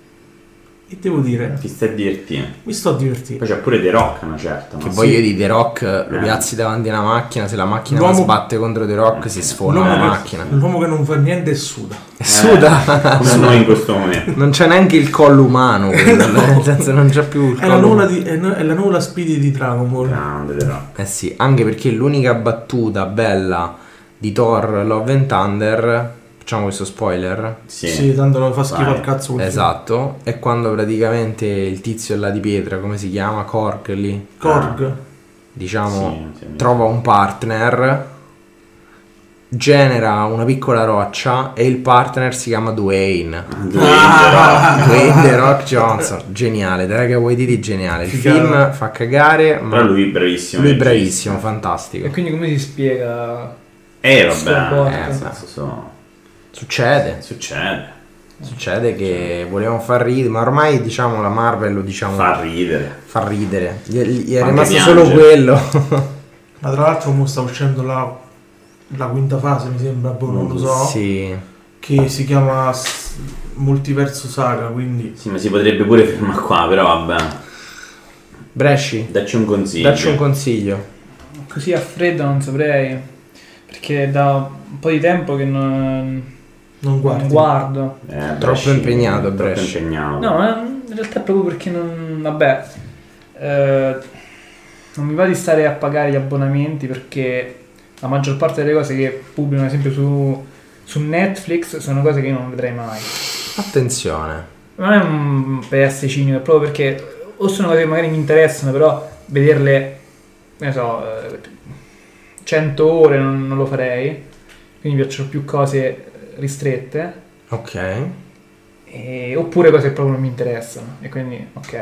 e devo dire, Ti stai a dirti. mi sto divertendo. Poi c'è pure The Rock, una certa. Che ma poi sì. io di The Rock lo Eh. piazzi davanti a una macchina, se la macchina L'uomo- sbatte contro The Rock si sfonda L'uomo la che- macchina. L'uomo che non fa niente e suda. È suda. Come noi in questo momento. Non c'è neanche il collo umano, quello, nel senso non c'è più il È la collo nuvola, di, è, no- è la nuvola Speedy di Dragon Ball. Grande The Rock. Eh sì, anche perché l'unica battuta bella di Thor Love and Thunder, facciamo questo spoiler, Sì. Sì, tanto lo fa schifo Vai. al cazzo. quel esatto, è quando praticamente il tizio là di pietra, come si chiama, Korg lì, film. Korg. diciamo, Sì, sì. trova un partner, genera una piccola roccia e il partner si chiama Dwayne. Dwayne Dwayne The Rock Johnson, geniale, Taika Waititi geniale, il Figata. film fa cagare, The Rock. ma Però lui è bravissimo. lui è nel bravissimo, regista. fantastico. E quindi come si spiega? Eh Sto vabbè, botto. eh, nel senso, so- Succede, succede. succede che volevamo far ridere, ma ormai diciamo la Marvel lo diciamo Fa ridere. fa ridere. Gli, gli è Fa anche rimasto piangere. solo quello. Ma tra l'altro mo sta uscendo la, la quinta fase, mi sembra, boh, non lo so. Sì. Che si chiama S- Multiverso Saga, quindi... Sì, ma si potrebbe pure fermare qua, però vabbè. Bresci, Dacci un consiglio. dacci un consiglio. Così a freddo non saprei. Perché da un po' di tempo che non, Non guardi. non guardo. Eh, Troppo Bresci, impegnato, Troppo Bresci. impegnato. No, ma in realtà è proprio perché non. Vabbè. eh, non mi va di stare a pagare gli abbonamenti perché la maggior parte delle cose che pubblicano, ad esempio su, su Netflix, sono cose che io non vedrei mai. Attenzione. Non è un P S cinico, è proprio perché o sono cose che magari mi interessano, però vederle, che ne so, eh, cento ore non, non lo farei. Quindi mi piacciono più cose ristrette. Ok. E- oppure cose che proprio non mi interessano. E quindi, ok.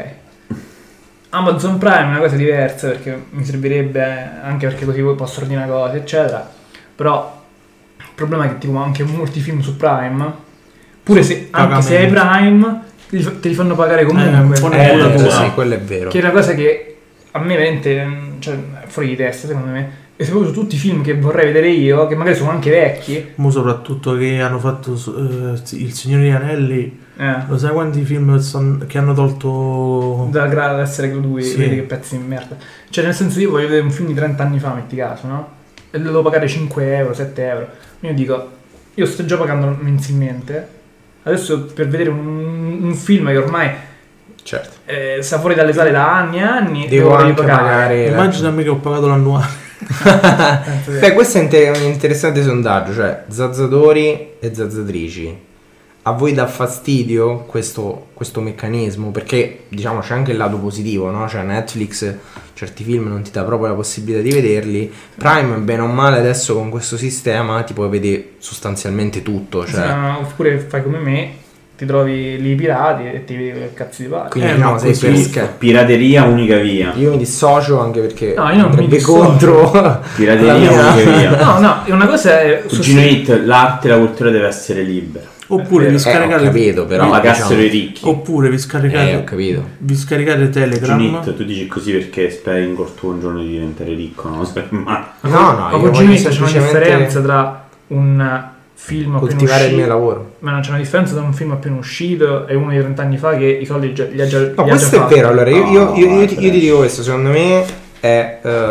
Amazon Prime è una cosa diversa perché mi servirebbe anche perché così poi posso ordinare cose, eccetera. Però il problema è che tipo anche molti film su Prime, pure se, anche se hai Prime, te li, fa- te li fanno pagare comunque. Eh, un po' Eh, una vero, cosa. sì, quello è vero. Che è una cosa che a me veramente, mm, cioè, è fuori di testa secondo me. E soprattutto su tutti i film che vorrei vedere io, che magari sono anche vecchi. Mo soprattutto che hanno fatto eh, Il Signore degli Anelli. Eh, Lo sai quanti film son- che hanno tolto... da gra- essere lui, Sì. vedi che pezzi di merda. Cioè nel senso io voglio vedere un film di trenta anni fa, metti caso, no? E lo devo pagare cinque euro, sette euro. Io dico, io sto già pagando mensilmente. Adesso per vedere un, un film che ormai Certo. eh, sta fuori dalle sale da anni e anni, Devo devo anche ripagare. pagare. la- Immagina me che ho pagato l'annuale. Penso che- Beh, questo è inter- un interessante sondaggio, cioè zazzatori e zazzatrici. A voi dà fastidio questo, questo meccanismo? Perché diciamo c'è anche il lato positivo, no? Cioè Netflix certi film non ti dà proprio la possibilità di vederli. Prime, bene o male, adesso con questo sistema ti puoi vedere sostanzialmente tutto. Sì, Cioè, ma oppure fai come me, ti trovi lì i pirati e ti vedi che cazzo di pare. quindi Eh, diciamo ma sei così- per scherzo. Pirateria unica via. Io mi dissocio anche perché No, io non mi andrebbe dissocio. contro Pirateria la mia- unica via. No, no, è una cosa è Cugino Hit, l'arte e la cultura deve essere libera. Oppure vi Eh, Eh, ho scaricate... capito, però Non pagassero diciamo- i ricchi. Oppure vi scaricate... Eh, ho capito. Vi scaricate Cugino Telegram. Hit, tu dici così perché speri in corto un giorno di diventare ricco, no? Ma No, no, Ma io con voglio c'è una semplicemente differenza tra un film appena coltivare il uscito, mio lavoro. ma non c'è una differenza tra un film appena uscito e uno di trenta anni fa che i soldi già, li ha già, li No, ha questo già è fatti. vero. Allora, io, io- No, io- io no, ti, è io ti dico questo: secondo me è eh,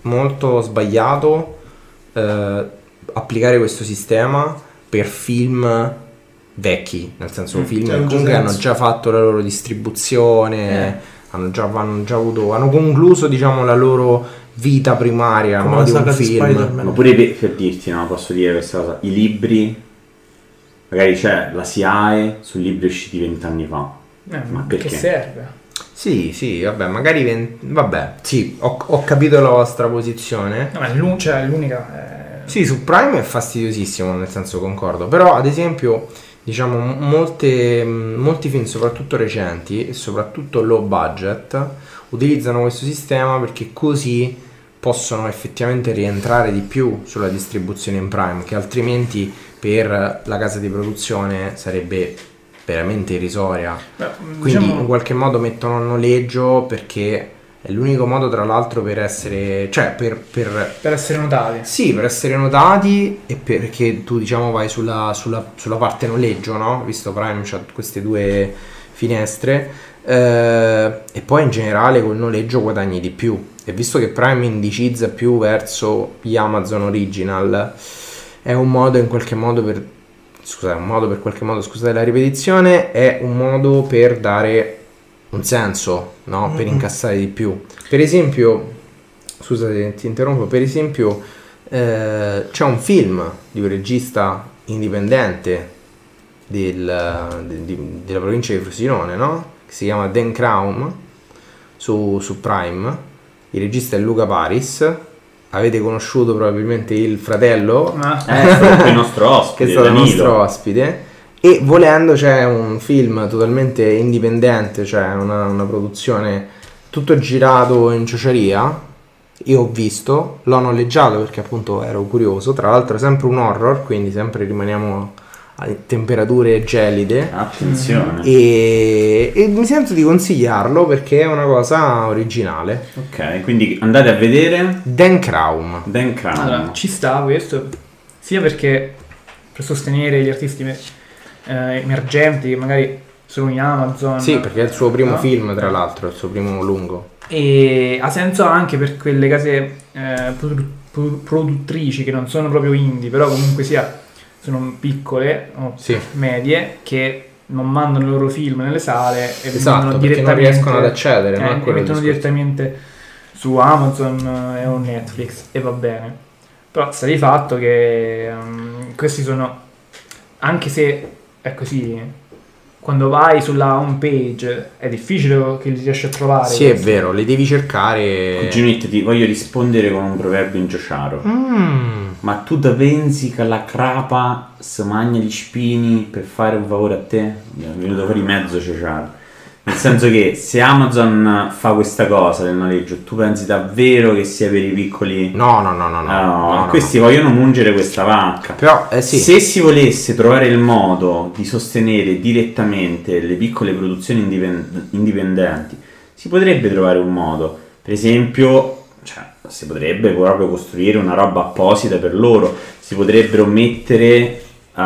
molto sbagliato eh, applicare questo sistema per film vecchi, nel senso Mm, film c'è che un comunque senso. hanno già fatto la loro distribuzione, Eh. hanno, già, hanno già avuto, hanno concluso diciamo la loro vita primaria, Come no, la di un saga di film. Spider-Man. Ma pure per, per dirti, no, posso dire questa cosa, i libri, magari c'è la S I A E su libri usciti vent'anni fa. Eh, Ma che perché? serve? Sì, sì, vabbè, magari vent- vabbè, sì, ho, ho capito la vostra posizione. No, ma l'un- cioè, l'unica... eh, Sì, su Prime è fastidiosissimo, nel senso concordo, però ad esempio, diciamo, m- molte, m- molti film, soprattutto recenti e soprattutto low budget, utilizzano questo sistema perché così possono effettivamente rientrare di più sulla distribuzione in Prime, che altrimenti per la casa di produzione sarebbe veramente irrisoria. beh, Quindi diciamo- in qualche modo mettono a noleggio perché è l'unico modo tra l'altro per essere, cioè per, per per essere notati. sì, per essere notati e perché tu diciamo vai sulla, sulla, sulla parte noleggio, no? Visto Prime c'ha queste due finestre eh, e poi in generale col noleggio guadagni di più, e visto che Prime indicizza più verso gli Amazon Original è un modo in qualche modo per scusate, un modo per qualche modo, scusate la ripetizione, è un modo per dare un senso, no? Per Mm-mm. incassare di più. Per esempio, scusate, ti interrompo, per esempio eh, c'è un film di un regista indipendente del- de- di- della provincia di Frosinone, no? Che si chiama Dan Crown su, su Prime. Il regista è Luca Paris. Avete conosciuto probabilmente il fratello Ma Eh, è stato il nostro che è ospite, stato il Danilo. nostro ospite, e volendo c'è un film totalmente indipendente, cioè una, una produzione tutto girato in ciociaria. Io ho visto, l'ho noleggiato perché appunto ero curioso, tra l'altro sempre un horror, quindi sempre rimaniamo a temperature gelide. Attenzione. E, e mi sento di consigliarlo perché è una cosa originale. Ok, quindi andate a vedere Dan Crown. Dan Crown. allora, ci sta questo, sia perché per sostenere gli artisti eh, emergenti che magari sono in Amazon. Sì, perché è il suo primo no? film, tra l'altro, è il suo primo lungo. E ha senso anche per quelle case eh, produ- pro- produttrici che non sono proprio indie, però comunque sia sono piccole o Sì. medie, che non mandano i loro film nelle sale e Esatto, vendono perché non direttamente, riescono ad accedere, eh, no? È e quello il mettono discorso. direttamente su Amazon eh, o Netflix e va bene. Però sta di fatto che um, questi sono, anche se è così, quando vai sulla home page è difficile che li riesci a trovare. Sì, è questi. vero, li devi cercare. Cuginetto, ti voglio rispondere con un proverbio in giociaro. Mm. Ma tu da pensi che la crapa si mangia gli spini per fare un favore a te? Mi è venuto fuori mezzo ciociaro. Nel senso che se Amazon fa questa cosa del noleggio, tu pensi davvero che sia per i piccoli? No, no, no, no, no. Ah, no, no, no, questi no. vogliono mungere questa vacca. Però, eh sì. Se si volesse trovare il modo di sostenere direttamente le piccole produzioni indipend- indipendenti, si potrebbe trovare un modo. Per esempio, cioè, si potrebbe proprio costruire una roba apposita per loro. Si potrebbero mettere,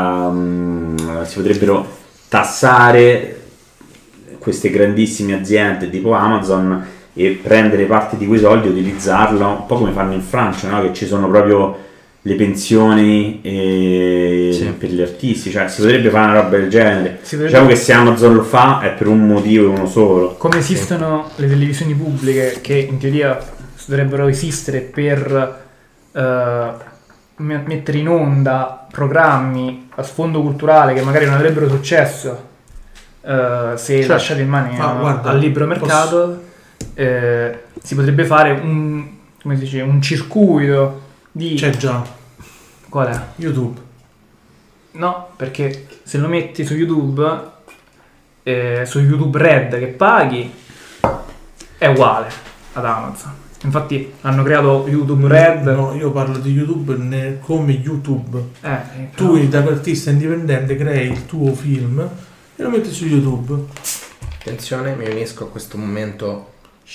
um, si potrebbero tassare queste grandissime aziende tipo Amazon e prendere parte di quei soldi e utilizzarlo un po' come fanno in Francia, no? Che ci sono proprio le pensioni e Sì. per gli artisti, cioè si potrebbe fare una roba del genere. Si potrebbe- Diciamo che se Amazon lo fa è per un motivo e uno solo. Come esistono le televisioni pubbliche che in teoria dovrebbero esistere per eh, me- mettere in onda programmi a sfondo culturale che magari non avrebbero successo eh, se Certo. lasciati in mano Ma guarda, al libero mercato, eh, si potrebbe fare un, come si dice, un circuito di... C'è già Qual è? YouTube. No, perché se lo metti su YouTube, eh, su YouTube Red che paghi, è uguale ad Amazon. Infatti hanno creato YouTube Red. No, io parlo di YouTube ne- come YouTube. Eh, Tu da artista indipendente crei il tuo film e lo metti su YouTube. Attenzione, mi unisco a questo momento.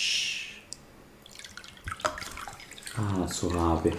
Ah, suave.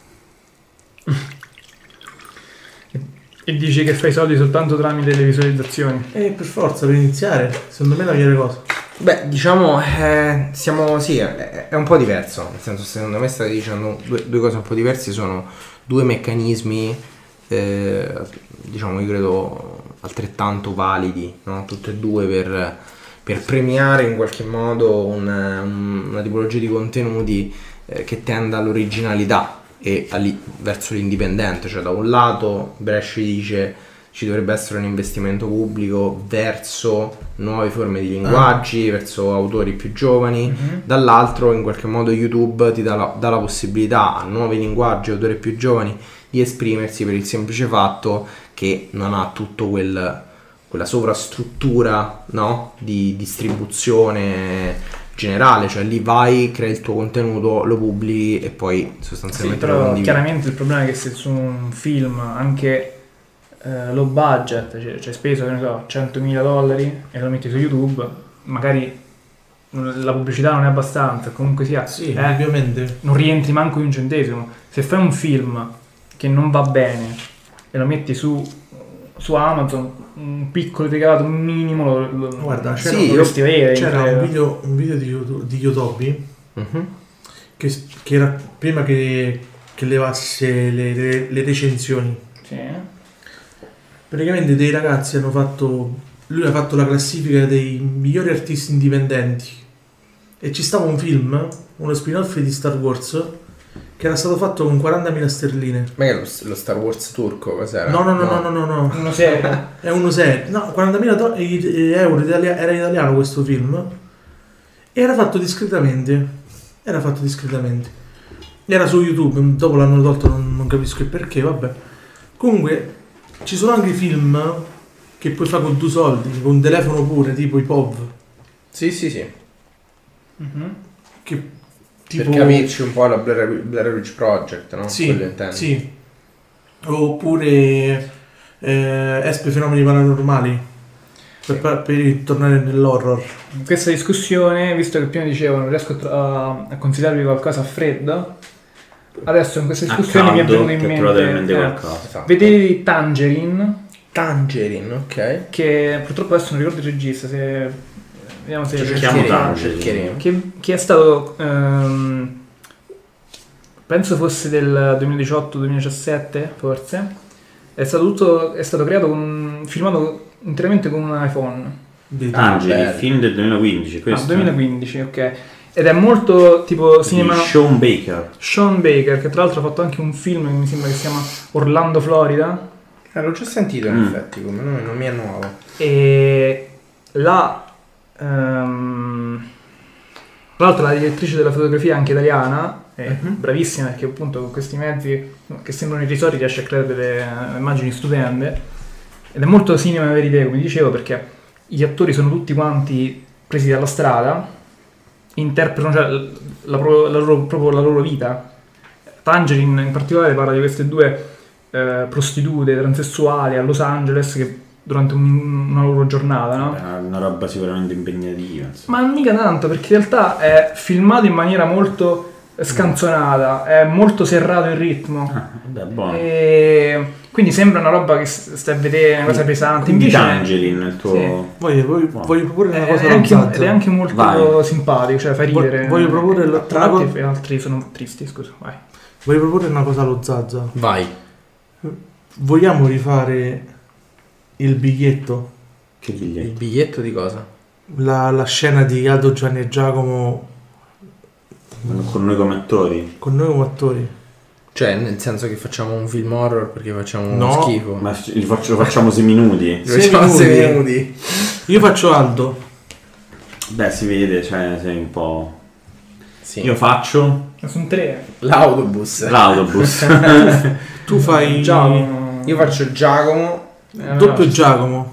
E dici che fai soldi soltanto tramite le visualizzazioni. E per forza, per iniziare, secondo me è la migliore cosa. Beh, diciamo, eh, siamo, sì, è, è un po' diverso, nel senso, secondo me stai dicendo due, due cose un po' diverse, sono due meccanismi, eh, diciamo, io credo altrettanto validi, no? Tutte e due per, per premiare in qualche modo una, una tipologia di contenuti eh, che tenda all'originalità e alli, verso l'indipendente, cioè da un lato Bresci dice ci dovrebbe essere un investimento pubblico verso nuove forme di linguaggi, ah. verso autori più giovani, mm-hmm. dall'altro in qualche modo YouTube ti dà la, dà la possibilità a nuovi linguaggi, autori più giovani di esprimersi per il semplice fatto che non ha tutto quel, quella sovrastruttura, no? Di distribuzione generale, cioè lì vai, crei il tuo contenuto, lo pubblichi e poi sostanzialmente sì, lo però condividi. Chiaramente il problema è che se su un film anche eh, low budget, cioè, cioè speso, che ne so, centomila dollari e lo metti su YouTube, magari la pubblicità non è abbastanza, comunque sia, sì, eh, ovviamente non rientri manco in un centesimo. Se fai un film che non va bene e lo metti su, su Amazon, un piccolo ricavato minimo lo, lo, guarda, c'era, sì, lo dovresti avere, c'era credo. un video, un video di YouTube, di YouTube Uh-huh. che, che era prima che, che levasse le, le, le recensioni. Sì. Praticamente dei ragazzi hanno fatto, lui ha fatto la classifica dei migliori artisti indipendenti e ci stava un film, uno spin-off di Star Wars che era stato fatto con quarantamila sterline. Ma che è lo, lo Star Wars turco cos'era? No, no, no, no, no, no, no. Uno serio. È uno serio. No, quarantamila do- euro italia- era italiano questo film e era fatto discretamente. Era fatto discretamente. Era su YouTube, dopo l'hanno tolto, non, non capisco il perché, vabbè. Comunque ci sono anche film che puoi fare con due soldi, con un telefono pure, tipo i P O V. Sì, sì, sì. Mm-hmm. Che tipo... Per capirci un po' la Blair, Blair Witch Project, no? Sì, Quello intendo. sì. Oppure eh, Espe fenomeni paranormali, Sì. per, per tornare nell'horror. In questa discussione, visto che prima dicevo non riesco a, tra- a considerarvi qualcosa a freddo, adesso in questa discussione mi è venuto in mente, in mente eh, qualcosa. Esatto. vedevi Tangerine, Tangerine, ok. che purtroppo adesso non ricordo il regista, se vediamo se Cerchiamo Cercheremo, Tangerine. cercheremo. che, che è stato ehm, penso fosse del duemiladiciotto duemiladiciassette forse, è stato tutto è stato creato con filmato interamente con un iPhone. Angeli, bello. film del duemilaquindici, Ah, questo duemilaquindici, ok. Ed è molto tipo di cinema. Sean Baker. Sean Baker, che tra l'altro ha fatto anche un film che mi sembra che si chiama Orlando, Florida. Eh, l'ho già sentito in Mm. effetti, come nome non mi è nuovo. E la ehm, tra l'altro la direttrice della fotografia è anche italiana, è Mhm. bravissima perché appunto con questi mezzi che sembrano irrisori riesce a creare delle eh, immagini stupende. Ed è molto cinema verité, come dicevo, perché gli attori sono tutti quanti presi dalla strada, interpretano cioè, la, pro- la loro, proprio la loro vita. Tangerine in particolare parla di queste due eh, prostitute transessuali a Los Angeles che durante un- una loro giornata, no? È una roba sicuramente impegnativa, insomma. Ma mica tanto, perché in realtà è filmato in maniera molto scanzonata, è molto serrato il ritmo. Ah, vabbè, buono. E quindi sembra una roba che s- stai a vedere, una cosa pesante. Quindi Invece Tangerine, il tuo... Sì. Voglio, voglio, Wow. voglio proporre una è, cosa è allo anche, Zazza. ed è anche molto Vai. simpatico, cioè fa Voglio- ridere. voglio proporre la- tra una l'altro cosa- e altri sono tristi, scusa, vai. Voglio proporre una cosa allo Zazza. Vai. Vogliamo rifare il biglietto? Che Il biglietto? biglietto di cosa? La, la scena di Aldo, Gianni e Giacomo Con noi come attori? con noi come attori. Cioè, nel senso che facciamo un film horror perché facciamo No. schifo. Ma li faccio- lo facciamo sei minuti? Lo facciamo sei sei minuti. minuti. Io faccio Aldo. Beh, si vede, cioè sei un po'... Sì. Io faccio Ma sono tre. L'autobus. l'autobus. Tu fai Giacomo. Io faccio Giacomo. Eh, doppio no, Giacomo.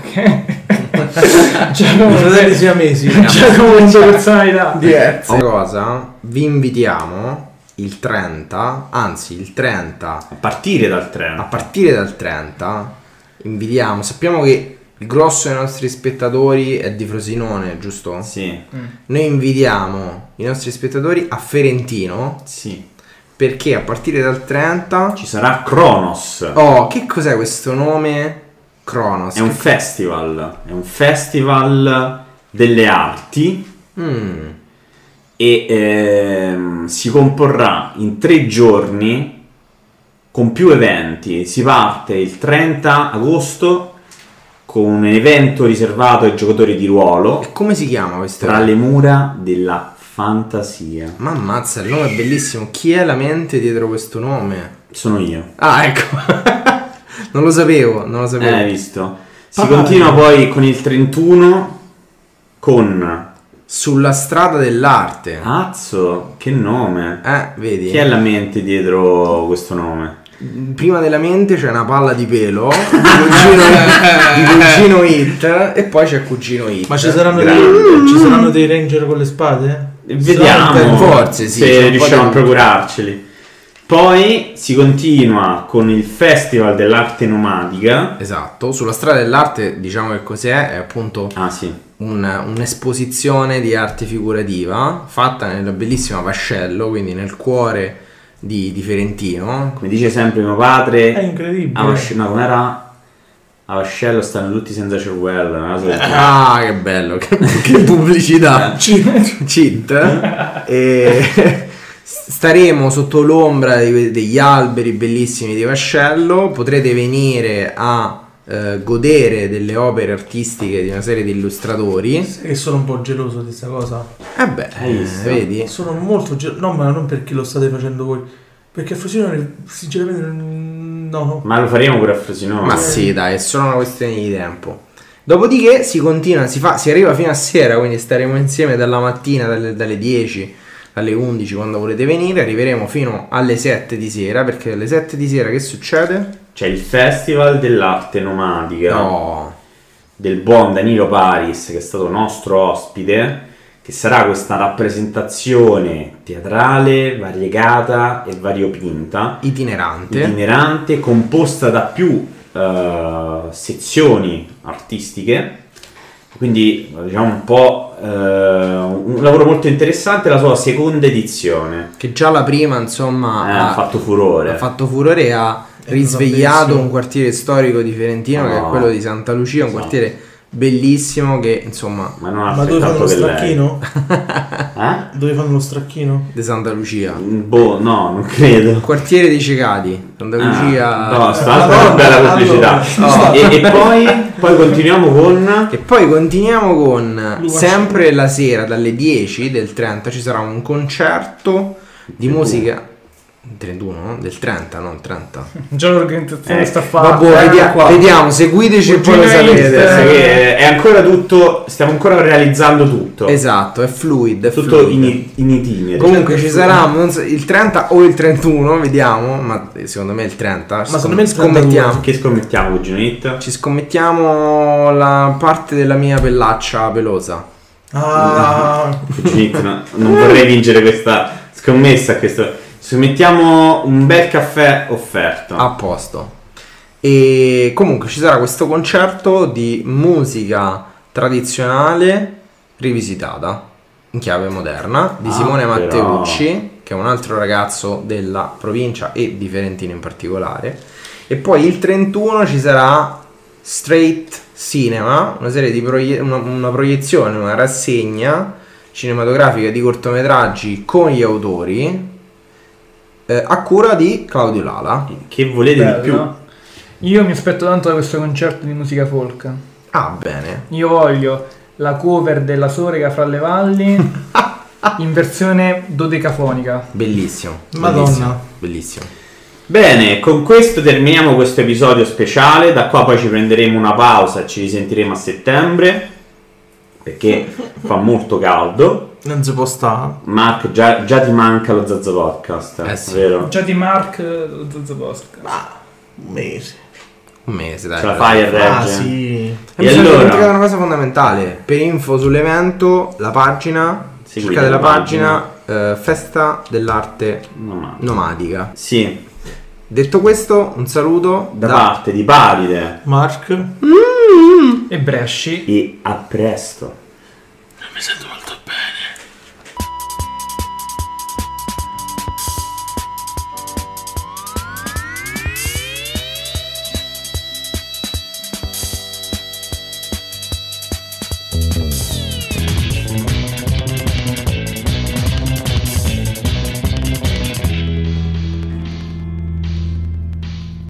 Ok. Giacomo, I fratelli siamesi. Giacomo con due personalità. Diverse. Cosa? Vi invitiamo il trenta, anzi il trenta, A partire dal a treno. partire dal trenta, invitiamo, sappiamo che il grosso dei nostri spettatori è di Frosinone, giusto? Sì, Noi invitiamo i nostri spettatori a Ferentino sì. perché a partire dal trenta... Ci sarà Kronos. Oh, che cos'è questo nome? Kronos. È un Che- festival. È un festival delle arti Mm. e ehm, si comporrà in tre giorni con più eventi. Si parte il trenta agosto con un evento riservato ai giocatori di ruolo Come si chiama questo? tra le mura della fantasia. Ma ammazza, il nome è bellissimo. Chi è la mente dietro questo nome? Sono io. Ah, ecco. Non lo sapevo, non lo Eh, sapevo. hai visto? Si Ah, continua poi con il trentuno con Sulla strada dell'arte. Azzo, che nome. Eh, vedi? Chi è la mente dietro questo nome? Prima della mente c'è una palla di pelo di cugino, di cugino Hit e poi c'è cugino Hit. Ma ci saranno, Grande. dei, ci saranno dei ranger con le spade? Vediamo per forze, sì, c'è se un po' riusciamo di- a procurarceli. Poi si continua con il Festival dell'arte nomadica. Esatto, sulla strada dell'arte diciamo che cos'è? È appunto Ah sì, un- un'esposizione di arte figurativa fatta nella bellissima Vascello, quindi nel cuore di, di Ferentino. come dice sempre mio padre, È incredibile. a Vasce- no, com'era? A Vascello stanno tutti senza cervello, una cosa del genere. Ah, che bello, che, che pubblicità! Cheat. E staremo sotto l'ombra di- degli alberi bellissimi di Vascello. Potrete venire a eh, godere delle opere artistiche di una serie di illustratori. Sai che sono un po' geloso di questa cosa. Eh beh, Hai visto? vedi? Sono molto geloso. No, ma non perché lo state facendo voi. Perché a Frosinone sinceramente non- no. Ma lo faremo pure a Frosinone. Ma sì, dai, è solo una questione di tempo. Dopodiché si continua, si fa, si arriva fino a sera, quindi staremo insieme dalla mattina, dalle, dalle dieci alle undici quando volete venire, arriveremo fino alle sette di sera, perché alle sette di sera che succede? C'è il Festival dell'arte nomadica No, del buon Danilo Paris, che è stato nostro ospite, che sarà questa rappresentazione teatrale variegata e variopinta, itinerante. itinerante, composta da più eh, sezioni artistiche, quindi diciamo un po' eh, un lavoro molto interessante, la sua seconda edizione. Che già la prima, insomma, Eh, ha fatto furore. ha fatto furore e ha È risvegliato bellissimo. un quartiere storico di Ferentino, che è No. quello di Santa Lucia, un No. quartiere bellissimo che, insomma, Ma non ha Ma dove fanno lo altrettanto che lei. stracchino? Eh? Dove fanno lo stracchino? di Santa Lucia. Boh, no, non credo. Quartiere dei Cecati, Santa Lucia. Ah, basta, Madonna, altra una bella pubblicità. allora. Oh, e, e poi, poi continuiamo con E poi continuiamo con Luca sempre la sera dalle dieci del trenta ci sarà un concerto di trentuno. musica trentuno, no? Del trenta, non trenta. Già l'organizzazione Eh, sta fatta. Vabbè, eh, vedia- qua. vediamo, seguiteci e poi lo Cugino sapete. Hit, Pensa eh. che è ancora tutto, stiamo ancora realizzando tutto. Esatto, è fluid, è Tutto fluid. in, in itinere. Comunque ci sarà non so- il trenta o il trentuno, vediamo, ma secondo me il trenta. Ma secondo me il trentadue. scommettiamo. Che scommettiamo, Cugino Hit? Ci scommettiamo la parte della mia pellaccia pelosa. Ah, Cugino Hit, no, non vorrei vincere questa scommessa a questo. Scommettiamo un bel caffè offerto. A posto. E comunque ci sarà questo concerto di musica tradizionale rivisitata in chiave moderna di Ah, Simone però. Matteucci, che è un altro ragazzo della provincia e di Ferentino in particolare. E poi il trentuno ci sarà Straight Cinema, una serie di proie- una, una proiezione, una rassegna cinematografica di cortometraggi con gli autori, eh, a cura di Claudio Lala. Che volete Bello. di più? Io mi aspetto tanto da questo concerto di musica folk. Ah, bene. Io voglio la cover della Sorega fra le valli in versione dodecafonica. Bellissimo. Madonna. Bellissimo. Bellissimo. Bene, con questo terminiamo questo episodio speciale. Da qua poi ci prenderemo una pausa e ci risentiremo a settembre, perché fa molto caldo. non si può stare. Mark, già, già ti manca lo Zazza Podcast, Eh sì. vero? Già di Mark lo Zazza Podcast. Un mese. Un mese, dai. Ce la fai a Ah, reggere? sì. E E mi sono allora? dimenticato una cosa fondamentale. Per info sull'evento, la pagina, Seguite cercate la la pagina, eh, Festa dell'arte No, ma- nomadica. Sì, Detto questo, un saluto da da parte di Paride Mark. E Bresci. e a presto. Mi sento